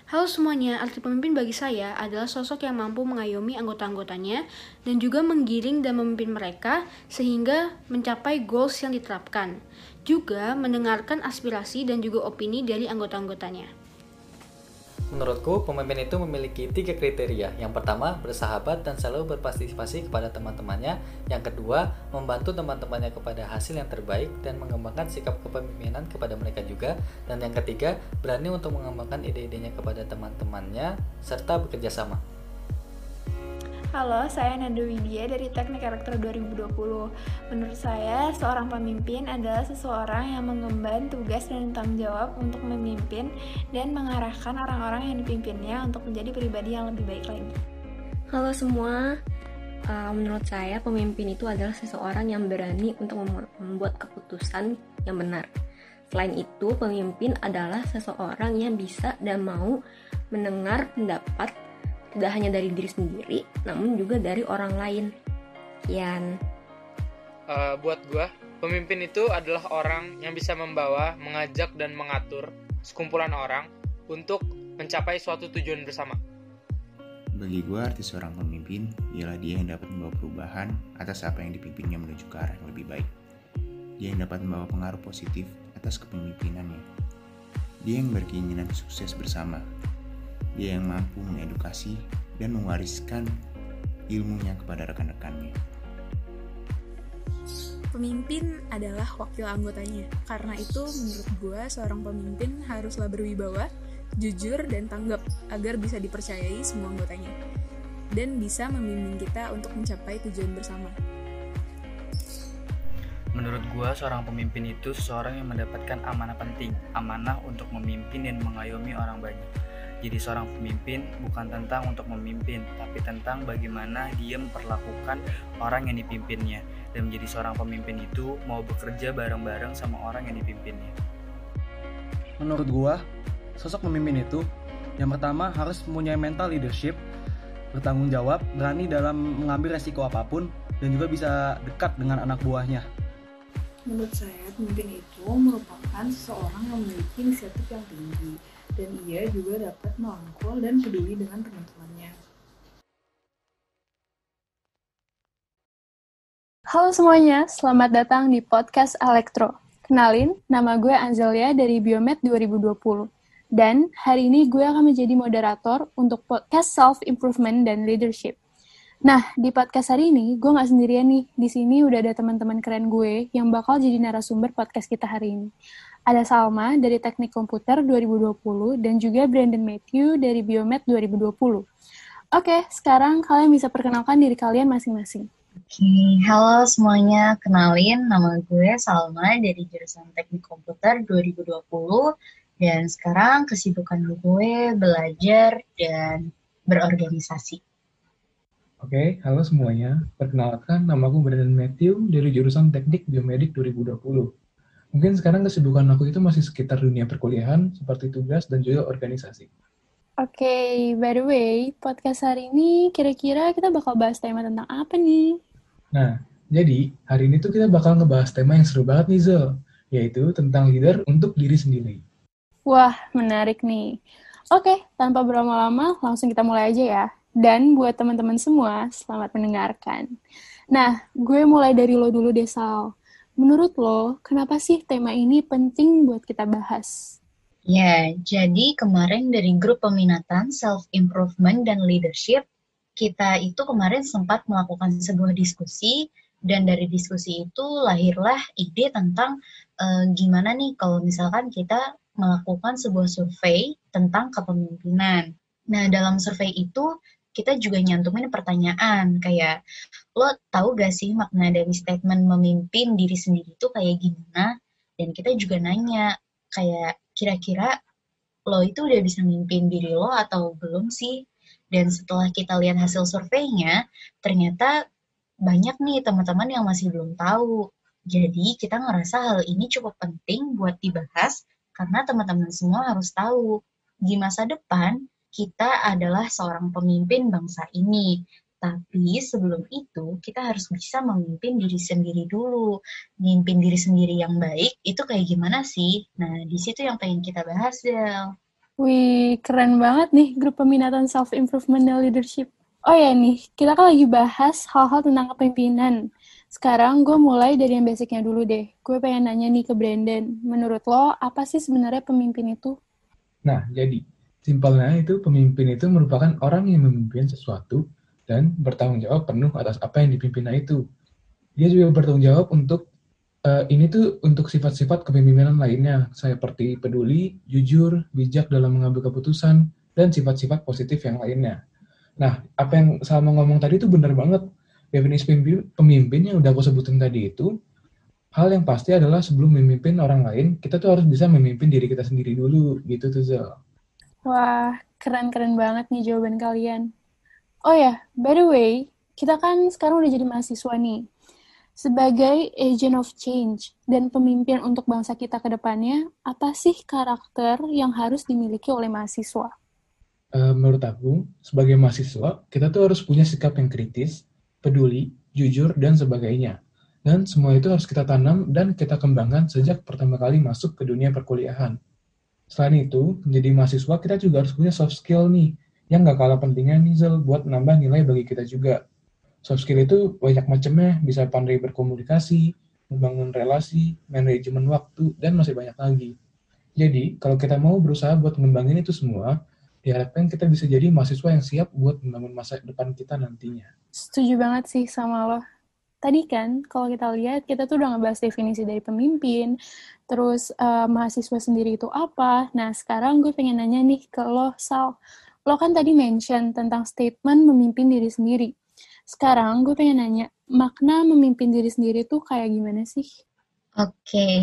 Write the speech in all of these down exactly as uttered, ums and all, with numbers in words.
Halo semuanya, arti pemimpin bagi saya adalah sosok yang mampu mengayomi anggota-anggotanya dan juga menggiring dan memimpin mereka sehingga mencapai goals yang diterapkan. Juga mendengarkan aspirasi dan juga opini dari anggota-anggotanya. Menurutku, pemimpin itu memiliki tiga kriteria. Yang pertama, bersahabat dan selalu berpartisipasi kepada teman-temannya. Yang kedua, membantu teman-temannya kepada hasil yang terbaik dan mengembangkan sikap kepemimpinan kepada mereka juga. Dan yang ketiga, berani untuk mengembangkan ide-idenya kepada teman-temannya serta bekerja sama. Halo, saya Nanda Widya dari Teknik Karakter dua ribu dua puluh. Menurut saya, seorang pemimpin adalah seseorang yang mengemban tugas dan tanggung jawab untuk memimpin dan mengarahkan orang-orang yang dipimpinnya untuk menjadi pribadi yang lebih baik lagi. Halo semua, uh, menurut saya pemimpin itu adalah seseorang yang berani untuk mem- membuat keputusan yang benar. Selain itu, pemimpin adalah seseorang yang bisa dan mau mendengar pendapat tidak hanya dari diri sendiri, namun juga dari orang lain. Kian. Uh, buat gue, pemimpin itu adalah orang yang bisa membawa, mengajak, dan mengatur sekumpulan orang untuk mencapai suatu tujuan bersama. Bagi gue, arti seorang pemimpin ialah dia yang dapat membawa perubahan atas apa yang dipimpinnya menuju ke arah yang lebih baik. Dia yang dapat membawa pengaruh positif atas kepemimpinannya. Dia yang berkeinginan sukses bersama. Dia yang mampu mengedukasi dan mewariskan ilmunya kepada rekan-rekannya. Pemimpin adalah wakil anggotanya. Karena itu, menurut gue, seorang pemimpin haruslah berwibawa, jujur, dan tanggap agar bisa dipercayai semua anggotanya dan bisa membimbing kita untuk mencapai tujuan bersama. Menurut gue, seorang pemimpin itu seseorang yang mendapatkan amanah penting, amanah untuk memimpin dan mengayomi orang banyak. Jadi seorang pemimpin bukan tentang untuk memimpin, tapi tentang bagaimana dia memperlakukan orang yang dipimpinnya. Dan menjadi seorang pemimpin itu mau bekerja bareng-bareng sama orang yang dipimpinnya. Menurut gua, sosok pemimpin itu yang pertama harus mempunyai mental leadership, bertanggung jawab, berani dalam mengambil resiko apapun, dan juga bisa dekat dengan anak buahnya. Menurut saya, pemimpin itu merupakan seseorang yang memiliki inisiatif yang tinggi, dan ia juga dapat merangkul dan peduli dengan teman-temannya. Halo semuanya, selamat datang di podcast Elektro. Kenalin, nama gue Anzelia dari Biomed dua ribu dua puluh. Dan hari ini gue akan menjadi moderator untuk podcast Self-Improvement dan Leadership. Nah, di podcast hari ini, gue gak sendirian nih. Di sini udah ada teman-teman keren gue yang bakal jadi narasumber podcast kita hari ini. Ada Salma dari Teknik Komputer dua ribu dua puluh dan juga Brandon Matthew dari Biomed dua ribu dua puluh. Oke, sekarang kalian bisa perkenalkan diri kalian masing-masing. Oke, halo semuanya. Kenalin, nama gue Salma dari jurusan Teknik Komputer dua ribu dua puluh dan sekarang kesibukan gue belajar dan berorganisasi. Oke, halo semuanya. Perkenalkan, nama aku Brandon Matthew dari jurusan Teknik Biomedik dua ribu dua puluh. Mungkin sekarang kesibukan aku itu masih sekitar dunia perkuliahan, seperti tugas dan juga organisasi. Oke, okay, by the way, podcast hari ini kira-kira kita bakal bahas tema tentang apa nih? Nah, jadi hari ini tuh kita bakal ngebahas tema yang seru banget nih, Zel, yaitu tentang leader untuk diri sendiri. Wah, menarik nih. Oke, okay, tanpa berlama-lama, langsung kita mulai aja ya. Dan buat teman-teman semua, selamat mendengarkan. Nah, gue mulai dari lo dulu deh, Sal. Menurut lo, kenapa sih tema ini penting buat kita bahas? Ya, jadi kemarin dari grup peminatan Self-Improvement dan Leadership, kita itu kemarin sempat melakukan sebuah diskusi, dan dari diskusi itu lahirlah ide tentang e, gimana nih kalau misalkan kita melakukan sebuah survei tentang kepemimpinan. Nah, dalam survei itu, kita juga nyantumin pertanyaan kayak, lo tahu gak sih makna dari statement memimpin diri sendiri itu kayak gimana? Dan kita juga nanya, kayak kira-kira lo itu udah bisa mimpin diri lo atau belum sih? Dan setelah kita lihat hasil surveinya, ternyata banyak nih teman-teman yang masih belum tahu. Jadi kita ngerasa hal ini cukup penting buat dibahas karena teman-teman semua harus tahu. Di masa depan, kita adalah seorang pemimpin bangsa ini. Tapi sebelum itu, kita harus bisa memimpin diri sendiri dulu. Memimpin diri sendiri yang baik, itu kayak gimana sih? Nah, di situ yang pengen kita bahas, Del. Wih, keren banget nih grup peminatan self-improvement dan leadership. Oh ya nih, kita kan lagi bahas hal-hal tentang kepemimpinan. Sekarang gue mulai dari yang basicnya dulu deh. Gue pengen nanya nih ke Brandon. Menurut lo, apa sih sebenarnya pemimpin itu? Nah, jadi, simpelnya itu pemimpin itu merupakan orang yang memimpin sesuatu dan bertanggung jawab penuh atas apa yang dipimpinnya itu. Dia juga bertanggung jawab untuk Uh, ini tuh untuk sifat-sifat kepemimpinan lainnya, seperti peduli, jujur, bijak dalam mengambil keputusan, dan sifat-sifat positif yang lainnya. Nah, apa yang Salma ngomong tadi itu benar banget. Definisi pemimpin yang udah aku sebutin tadi itu, hal yang pasti adalah sebelum memimpin orang lain, kita tuh harus bisa memimpin diri kita sendiri dulu, gitu tuh Zal. Wah, keren-keren banget nih jawaban kalian. Oh ya, by the way, kita kan sekarang udah jadi mahasiswa nih. Sebagai agent of change dan pemimpin untuk bangsa kita ke depannya, apa sih karakter yang harus dimiliki oleh mahasiswa? Uh, menurut aku, sebagai mahasiswa, kita tuh harus punya sikap yang kritis, peduli, jujur, dan sebagainya. Dan semua itu harus kita tanam dan kita kembangkan sejak pertama kali masuk ke dunia perkuliahan. Selain itu, menjadi mahasiswa kita juga harus punya soft skill nih, yang gak kalah pentingnya nih Zal, buat nambah nilai bagi kita juga. Soft skill itu banyak macamnya, bisa pandai berkomunikasi, membangun relasi, manajemen waktu, dan masih banyak lagi. Jadi, kalau kita mau berusaha buat ngembangin itu semua, diharapkan kita bisa jadi mahasiswa yang siap buat membangun masa depan kita nantinya. Setuju banget sih sama lo. Tadi kan, kalau kita lihat, kita tuh udah ngebahas definisi dari pemimpin, terus uh, mahasiswa sendiri itu apa. Nah, sekarang gue pengen nanya nih ke lo, Sal. Lo kan tadi mention tentang statement memimpin diri sendiri. Sekarang gue pengen nanya, makna memimpin diri sendiri tuh kayak gimana sih? Oke, okay.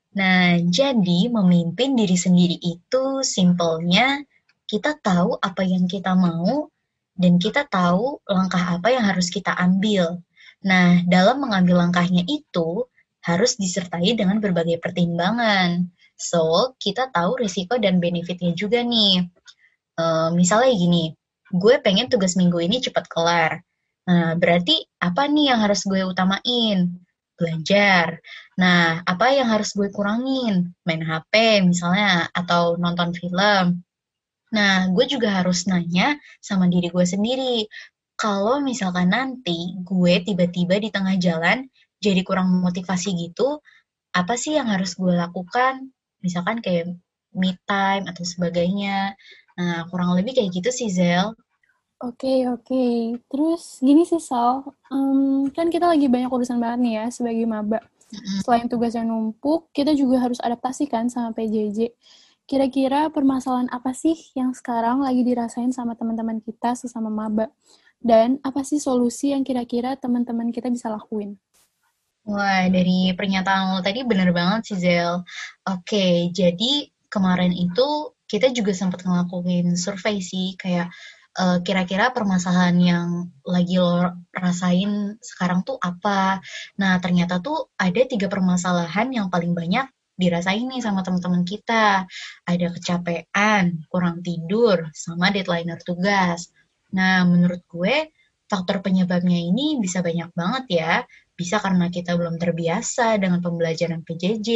Nah jadi memimpin diri sendiri itu simpelnya kita tahu apa yang kita mau dan kita tahu langkah apa yang harus kita ambil. Nah, dalam mengambil langkahnya itu harus disertai dengan berbagai pertimbangan. So, kita tahu risiko dan benefitnya juga nih. Uh, misalnya gini, gue pengen tugas minggu ini cepat kelar. Nah, berarti apa nih yang harus gue utamain? Belajar. Nah, apa yang harus gue kurangin? Main H P misalnya, atau nonton film. Nah, gue juga harus nanya sama diri gue sendiri. Kalau misalkan nanti gue tiba-tiba di tengah jalan jadi kurang motivasi gitu, apa sih yang harus gue lakukan? Misalkan kayak me time atau sebagainya. Nah, kurang lebih kayak gitu sih, Zel. Oke, okay, oke. Okay. Terus gini sih, Sal. Um, kan kita lagi banyak urusan banget nih ya sebagai maba. Mm-hmm. Selain tugas yang numpuk, kita juga harus adaptasi kan sama P J J. Kira-kira permasalahan apa sih yang sekarang lagi dirasain sama teman-teman kita sesama maba? Dan apa sih solusi yang kira-kira teman-teman kita bisa lakuin? Wah, dari pernyataan lo tadi bener banget sih, Zel. Oke, jadi kemarin itu kita juga sempat ngelakuin survei sih, kayak uh, kira-kira permasalahan yang lagi lo rasain sekarang tuh apa. Nah, ternyata tuh ada tiga permasalahan yang paling banyak dirasain nih sama teman-teman kita. Ada kecapean, kurang tidur, sama deadline tugas. Nah, menurut gue, faktor penyebabnya ini bisa banyak banget ya. Bisa karena kita belum terbiasa dengan pembelajaran P J J,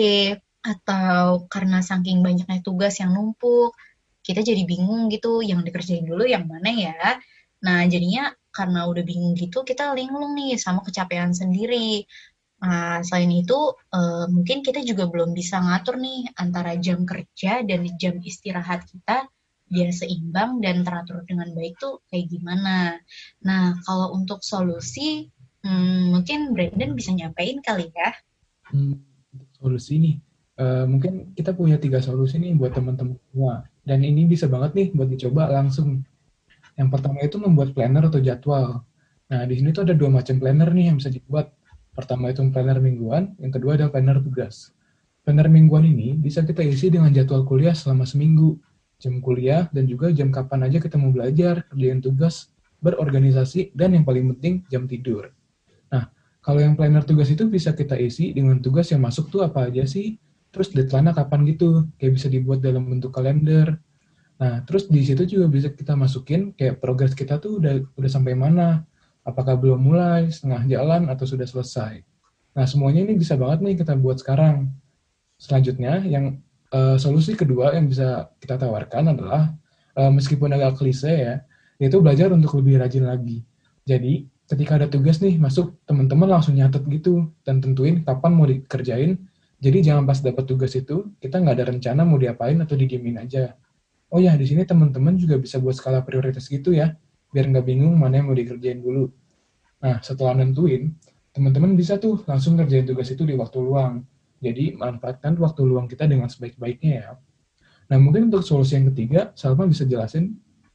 atau karena saking banyaknya tugas yang numpuk, kita jadi bingung gitu, yang dikerjain dulu yang mana ya. Nah, jadinya karena udah bingung gitu, kita linglung nih sama kecapean sendiri. Nah, selain itu, uh, mungkin kita juga belum bisa ngatur nih antara jam kerja dan jam istirahat kita biar seimbang dan teratur dengan baik tuh kayak gimana. Nah, kalau untuk solusi, Hmm, mungkin Brandon bisa nyampein kali ya. Hmm, solusi nih, uh, mungkin kita punya tiga solusi nih buat teman-teman semua. Dan ini bisa banget nih buat dicoba langsung. Yang pertama itu membuat planner atau jadwal. Nah, di sini tuh ada dua macam planner nih yang bisa dibuat. Pertama itu planner mingguan, yang kedua adalah planner tugas. Planner mingguan ini bisa kita isi dengan jadwal kuliah selama seminggu, jam kuliah, dan juga jam kapan aja kita mau belajar, kerjain tugas, berorganisasi, dan yang paling penting, jam tidur. Kalau yang planner tugas itu bisa kita isi dengan tugas yang masuk tuh apa aja sih, terus deadline-nya kapan gitu, kayak bisa dibuat dalam bentuk kalender. Nah, terus di situ juga bisa kita masukin kayak progres kita tuh udah udah sampai mana, apakah belum mulai, setengah jalan, atau sudah selesai. Nah, semuanya ini bisa banget nih kita buat sekarang. Selanjutnya, yang Uh, solusi kedua yang bisa kita tawarkan adalah, uh, meskipun agak klise ya, yaitu belajar untuk lebih rajin lagi. Jadi, ketika ada tugas nih masuk, teman-teman langsung nyatet gitu, dan tentuin kapan mau dikerjain. Jadi jangan pas dapat tugas itu, kita nggak ada rencana mau diapain atau didiemin aja. Oh ya, di sini teman-teman juga bisa buat skala prioritas gitu ya, biar nggak bingung mana yang mau dikerjain dulu. Nah, setelah nentuin, teman-teman bisa tuh langsung kerjain tugas itu di waktu luang. Jadi, manfaatkan waktu luang kita dengan sebaik-baiknya ya. Nah, mungkin untuk solusi yang ketiga, Salma bisa jelasin?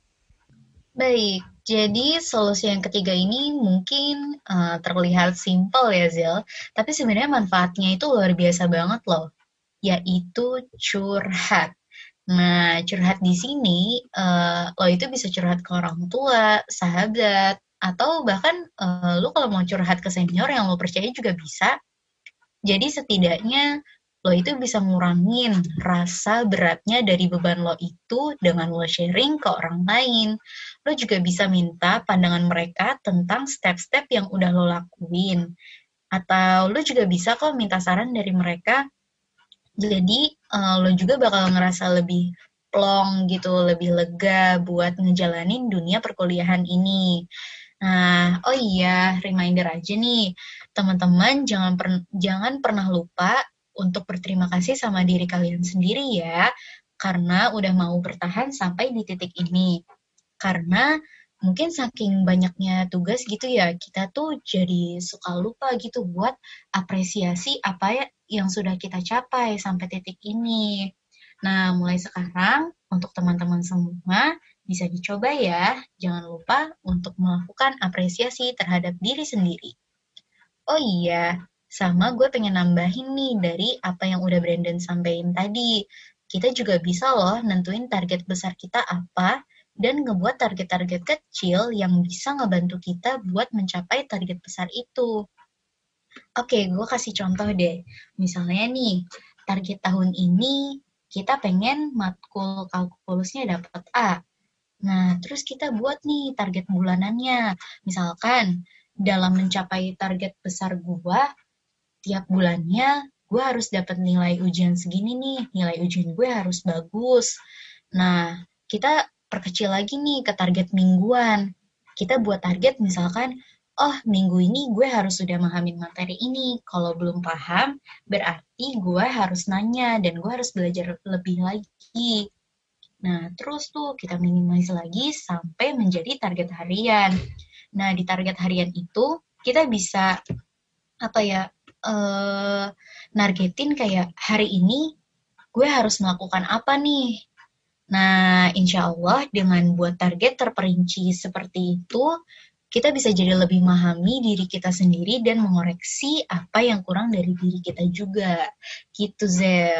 Baik, jadi solusi yang ketiga ini mungkin uh, terlihat simpel ya, Zel. Tapi sebenarnya manfaatnya itu luar biasa banget loh, yaitu curhat. Nah, curhat di sini, uh, lo itu bisa curhat ke orang tua, sahabat, atau bahkan uh, lo kalau mau curhat ke senior yang lo percaya juga bisa. Jadi setidaknya lo itu bisa ngurangin rasa beratnya dari beban lo itu dengan lo sharing ke orang lain. Lo juga bisa minta pandangan mereka tentang step-step yang udah lo lakuin. Atau lo juga bisa kok minta saran dari mereka. Jadi uh, lo juga bakal ngerasa lebih plong gitu, lebih lega buat ngejalanin dunia perkuliahan ini. Nah, oh iya, reminder aja nih, teman-teman jangan per- jangan pernah lupa untuk berterima kasih sama diri kalian sendiri ya, karena udah mau bertahan sampai di titik ini. Karena mungkin saking banyaknya tugas gitu ya, kita tuh jadi suka lupa gitu buat apresiasi apa ya yang sudah kita capai sampai titik ini. Nah, mulai sekarang untuk teman-teman semua, bisa dicoba ya, jangan lupa untuk melakukan apresiasi terhadap diri sendiri. Oh iya, sama gue pengen nambahin nih dari apa yang udah Brandon sampaikan tadi. Kita juga bisa loh nentuin target besar kita apa, dan ngebuat target-target kecil yang bisa ngebantu kita buat mencapai target besar itu. Oke, gue kasih contoh deh. Misalnya nih, target tahun ini kita pengen matkul kalkulusnya dapat A. Nah, terus kita buat nih target bulanannya. Misalkan, dalam mencapai target besar gua, tiap bulannya gue harus dapat nilai ujian segini nih. Nilai ujian gue harus bagus. Nah, kita perkecil lagi nih ke target mingguan. Kita buat target misalkan, oh minggu ini gue harus sudah memahami materi ini. Kalau belum paham, berarti gue harus nanya dan gue harus belajar lebih lagi. Nah, terus tuh kita minimalis lagi sampai menjadi target harian. Nah, di target harian itu kita bisa apa ya, eh, nargetin kayak hari ini gue harus melakukan apa nih. Nah, insya Allah dengan buat target terperinci seperti itu, kita bisa jadi lebih memahami diri kita sendiri dan mengoreksi apa yang kurang dari diri kita juga. Gitu, Zel.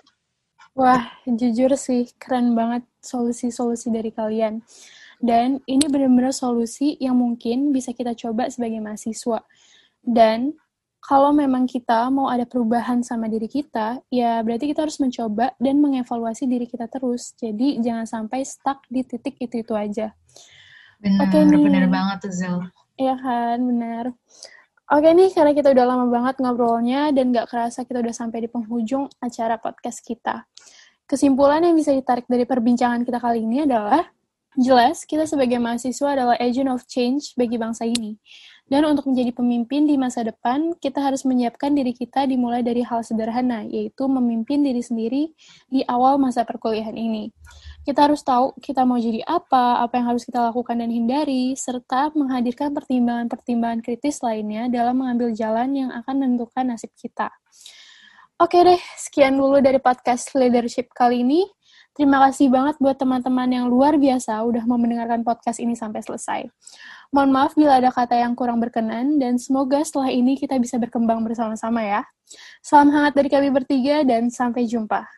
Wah, jujur sih, keren banget solusi-solusi dari kalian. Dan ini benar-benar solusi yang mungkin bisa kita coba sebagai mahasiswa. Dan kalau memang kita mau ada perubahan sama diri kita, ya berarti kita harus mencoba dan mengevaluasi diri kita terus. Jadi jangan sampai stuck di titik itu-itu aja. Benar, okay, benar banget tuh, Zel. Iya kan, benar. Oke nih, karena kita udah lama banget ngobrolnya dan gak kerasa kita udah sampai di penghujung acara podcast kita. Kesimpulan yang bisa ditarik dari perbincangan kita kali ini adalah, jelas kita sebagai mahasiswa adalah agent of change bagi bangsa ini. Dan untuk menjadi pemimpin di masa depan, kita harus menyiapkan diri kita dimulai dari hal sederhana, yaitu memimpin diri sendiri di awal masa perkuliahan ini. Kita harus tahu kita mau jadi apa, apa yang harus kita lakukan dan hindari, serta menghadirkan pertimbangan-pertimbangan kritis lainnya dalam mengambil jalan yang akan menentukan nasib kita. Oke deh, sekian dulu dari podcast leadership kali ini. Terima kasih banget buat teman-teman yang luar biasa udah mau mendengarkan podcast ini sampai selesai. Mohon maaf bila ada kata yang kurang berkenan, dan semoga setelah ini kita bisa berkembang bersama-sama ya. Salam hangat dari kami bertiga, dan sampai jumpa.